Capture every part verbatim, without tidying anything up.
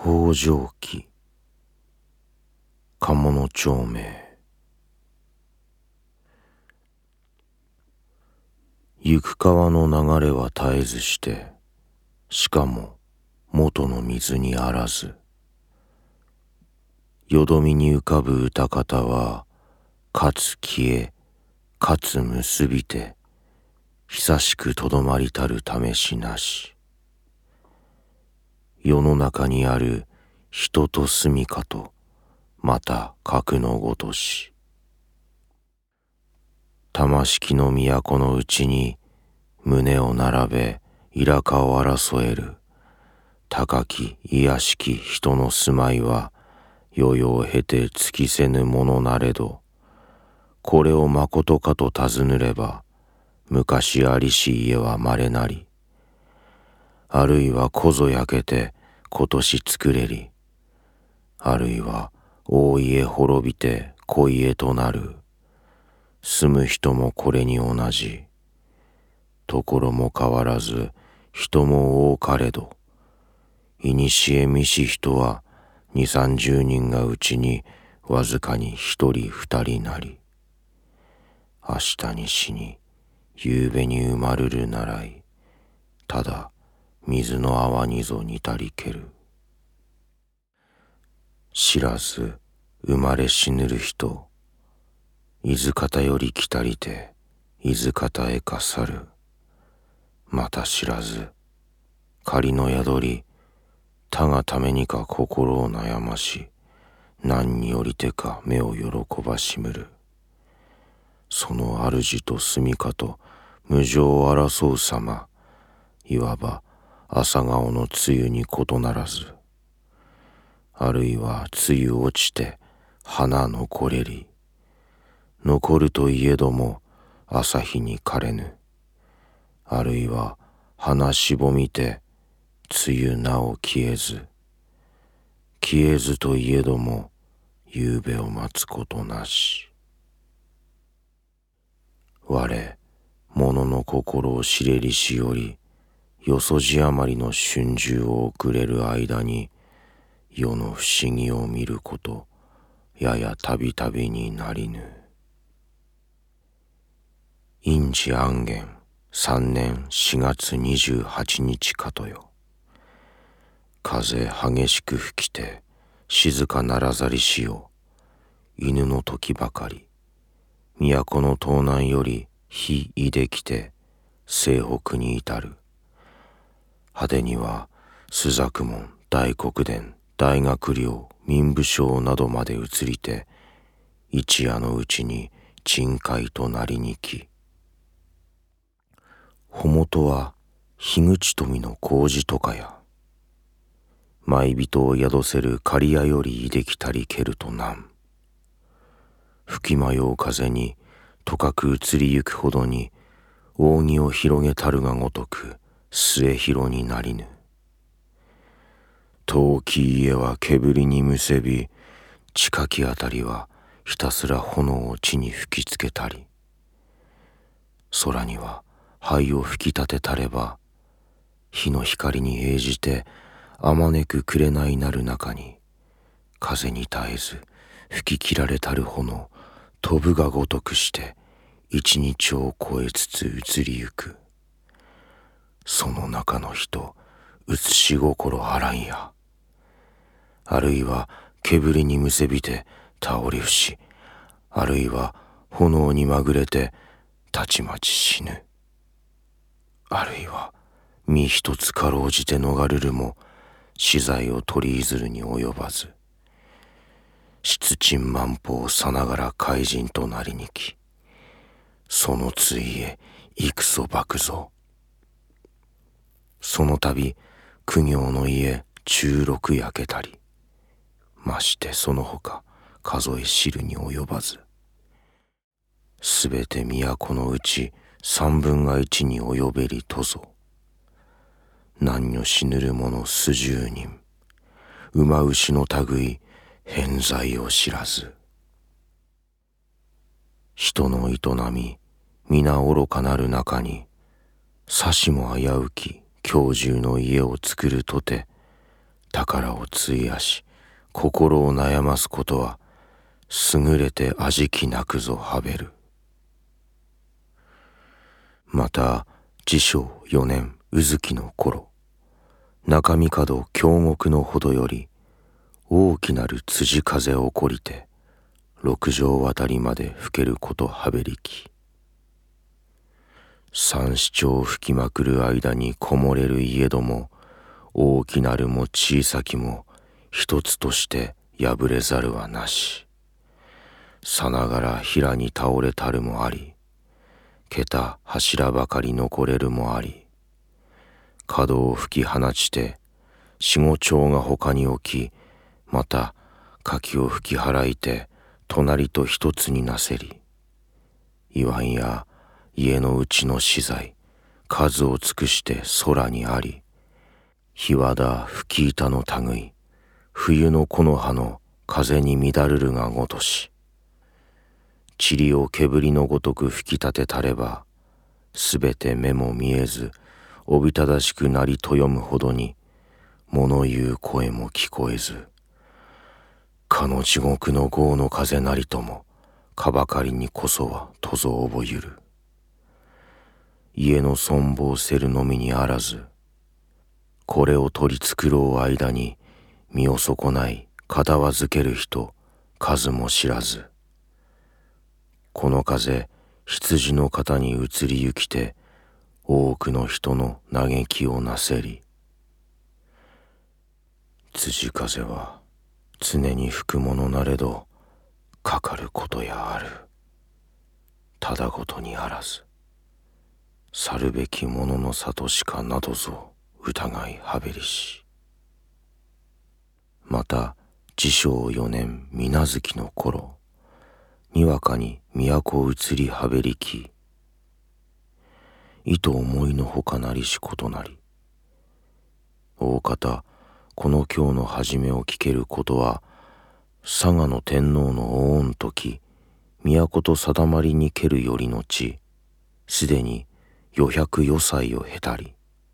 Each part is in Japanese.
北条記鴨の長命。行く川の流れは絶えずして、しかも元の水にあらず。よどみに浮かぶ歌方は、かつ消え、かつ結びて、久しくとどまりたる試しなし。世の中にある人と住処と、また格のごとし。玉敷の都のうちに胸を並べ苛かを争える高き卑しき人の住まいは世々を経て尽きせぬものなれど、これをまことかと尋ねれば昔ありし家はまれなり、あるいはこぞ焼けて今年作れり、あるいは大家滅びて小家となる。住む人もこれに同じ。ところも変わらず人も多かれど、いにしえ見し人は二三十人がうちにわずかに一人二人なり、明日に死に夕べに埋まるるならい、ただ水の泡にぞ似たりける。知らず生まれ死ぬる人、伊豆方より来たりて伊豆方へか去る。また知らず仮の宿り、他がためにか心を悩まし、何によりてか目を喜ばしむる。その主と住処と無情を争う様、いわば朝顔の梅雨に異ならず、あるいは梅雨落ちて花残れり、残るといえども朝日に枯れぬ、あるいは花しぼみて梅雨なお消えず、消えずといえども夕べを待つことなし。我物の心を知れりしより、よそじ余りの春秋を遅れる間に世の不思議を見ることややたびたびになりぬ。院治安元三年四月二十八日かとよ。風激しく吹きて静かならざりしよ。犬の時ばかり、都の東南より日いできて西北に至る。果てには朱雀門、大黒殿、大学領、民部省などまで移りて、一夜のうちに鎮海となりにき。ほもとは樋口富の麹とかや、舞人を宿せる刈谷よりいできたりけるとなん。吹き迷う風にとかく移りゆくほどに扇を広げたるがごとく末広になりぬ。遠き家は煙にむせび、近きあたりはひたすら炎を地に吹きつけたり、空には灰を吹き立てたれば、日の光に映じてあまねく紅なる中に、風に絶えず吹き切られたる炎、飛ぶがごとくして一日を越えつつ移りゆく。その中の人、うつし心あらんや。あるいは煙にむせびて倒れ伏し、あるいは炎にまぐれてたちまち死ぬ。あるいは身一つかろうじて逃れるも死罪を取りいずるに及ばず、出陳万法さながら怪人となりにき、その対へ幾そ爆ぞ。その度公行の家中六焼けたり、ましてそのほか数え知るに及ばず、すべて都のうち三分が一に及べりとぞ。男女死ぬる者数十人、馬牛の類偏在を知らず。人の営み皆愚かなる中に、さしも危うき凶獣の家を作るとて、 宝を費やし心を悩ますことは優れて味気なくぞはべる。また治承四年宇月の頃、中見門京極のほどより大きなる辻風起こりて六条渡りまで吹けることはべりき。三四町吹きまくる間にこもれる家ども、大きなるも小さきも一つとして破れざるはなし。さながら平に倒れたるもあり、桁柱ばかり残れるもあり、角を吹き放ちて四五丁が他に置き、また柿を吹き払いて隣と一つになせり、いわんや家のうちの資材数を尽くして空にあり、日和田吹き板の類、冬の木の葉の風に乱るるがごとし、塵を煙のごとく吹き立てたれば、すべて目も見えずおびただしくなりとよむほどに、物言う声も聞こえず、かの地獄の豪の風なりともかばかりにこそはとぞ覚ゆる。家の存亡せるのみにあらず、これを取り繕う間に身を損ない片わずける人数も知らず、この風羊の肩に移りゆきて多くの人の嘆きをなせり。辻風は常に吹くものなれどかかることやある。ただごとにあらず、去るべきものの里しかなどぞ疑いはべりし。また治承四年水無月の頃、にわかに都移りはべりき、いと思いのほかなりしことなり。大方この今日の始めを聞けることは、佐賀の天皇の大御時、都と定まりにけるよりのち、すでに余百余歳を経たり、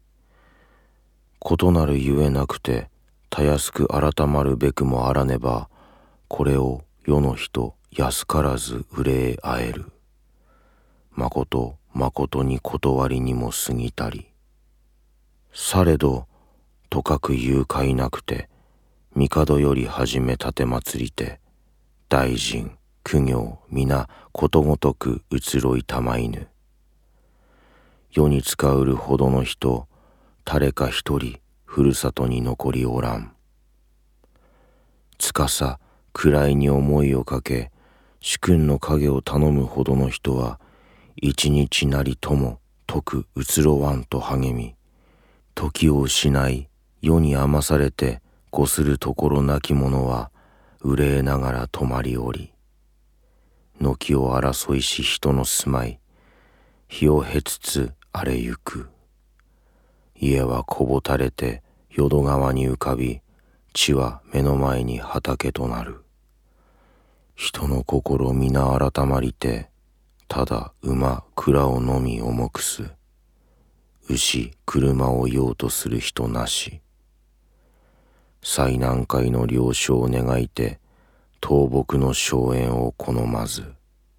異なるゆえなくてたやすく改まるべくもあらねば、これを世の人安からず憂えあえる。まことまことに断りにも過ぎたり。されどとかく誘拐なくて、帝より始め立て祭りて、大臣公行皆ことごとく移ろいたまいぬ。世に使うるほどの人誰か一人ふるさとに残りおらん。つかさ位に思いをかけ、主君の影を頼むほどの人は一日なりとも徳移ろわんと励み、時を失い世に余されてこするところなき者は憂えながら泊まりおり、軒を争いし人の住まい、日を経つつ荒れゆく。家はこぼたれて淀川に浮かび、地は目の前に畑となる。人の心皆改まりて、ただ馬蔵をのみ重くす。牛車を用とする人なし。最難解の了承を願いて、倒木の荘園を好まず。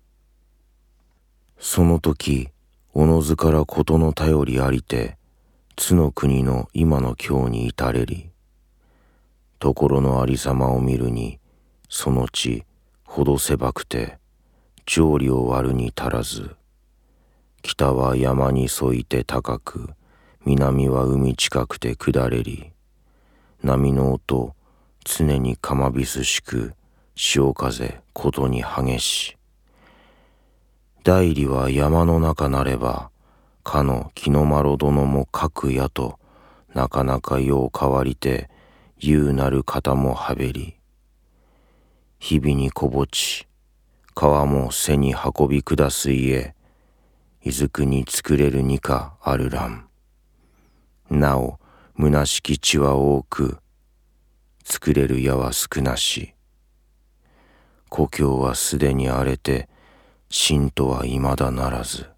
その時おのずから事の頼りありて、津の国の今の今日に至れり。ところのありさまを見るに、その地ほど狭くて条理を割るに足らず、北は山に沿いて高く、南は海近くて下れり。波の音常にかまびすしく、潮風ことに激し。大理は山の中なれば、かの木の丸殿も各やと、なかなかよう変わりて、優なる方もはべり。日々にこぼち、川も背に運び下す家、いずくに作れるにかあるらん。なお、虚しき地は多く、作れる家は少なし。故郷はすでに荒れて、信とは未だならず。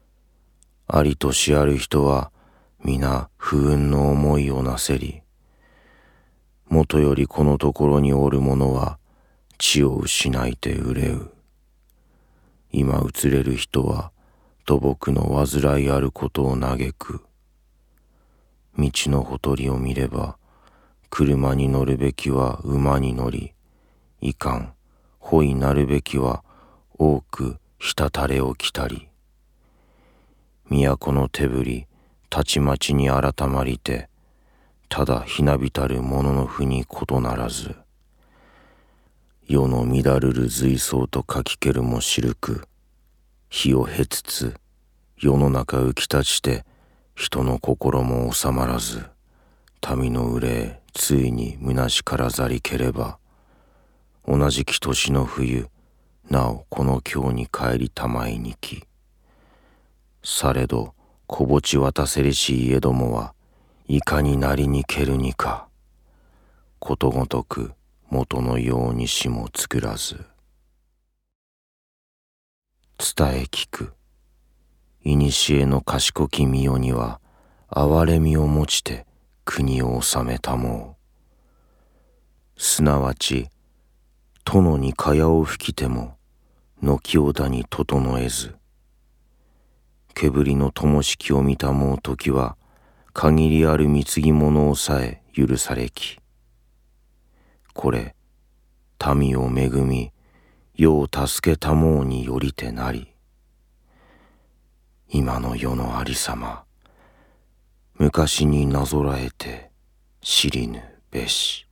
ありとしある人は皆不運の思いをなせり、 もとよりこのところにおる者は地を失いて憂う。今移れる人は土木の煩いあることを嘆く。道のほとりを見れば、車に乗るべきは馬に乗り、いかん、ほいなるべきは多くひたたれを着たり。都の手振り、たちまちに改まりて、ただひなびたる者のふに異ならず。世の乱るる随想と書きけるもしるく、火を経つつ、世の中浮き立ちて、人の心も収まらず、民の憂えついに虚しからざりければ、同じき年の冬、なおこの京に帰りたまいにき。されど小ぼち渡せりし家どもはいかになりにけるにか。ことごとく元のようにしも作らず。伝え聞く。いにしえの賢き御代には憐れみを持ちて国を治めたもう。すなわち殿に蚊帳を吹きても軒をだに整えず。けぶりの灯式を見たもう時は限りある貢ぎ物をさえ許されき。これ民を恵み世を助けたもうによりてなり。今の世のありさま昔になぞらえて知りぬべし。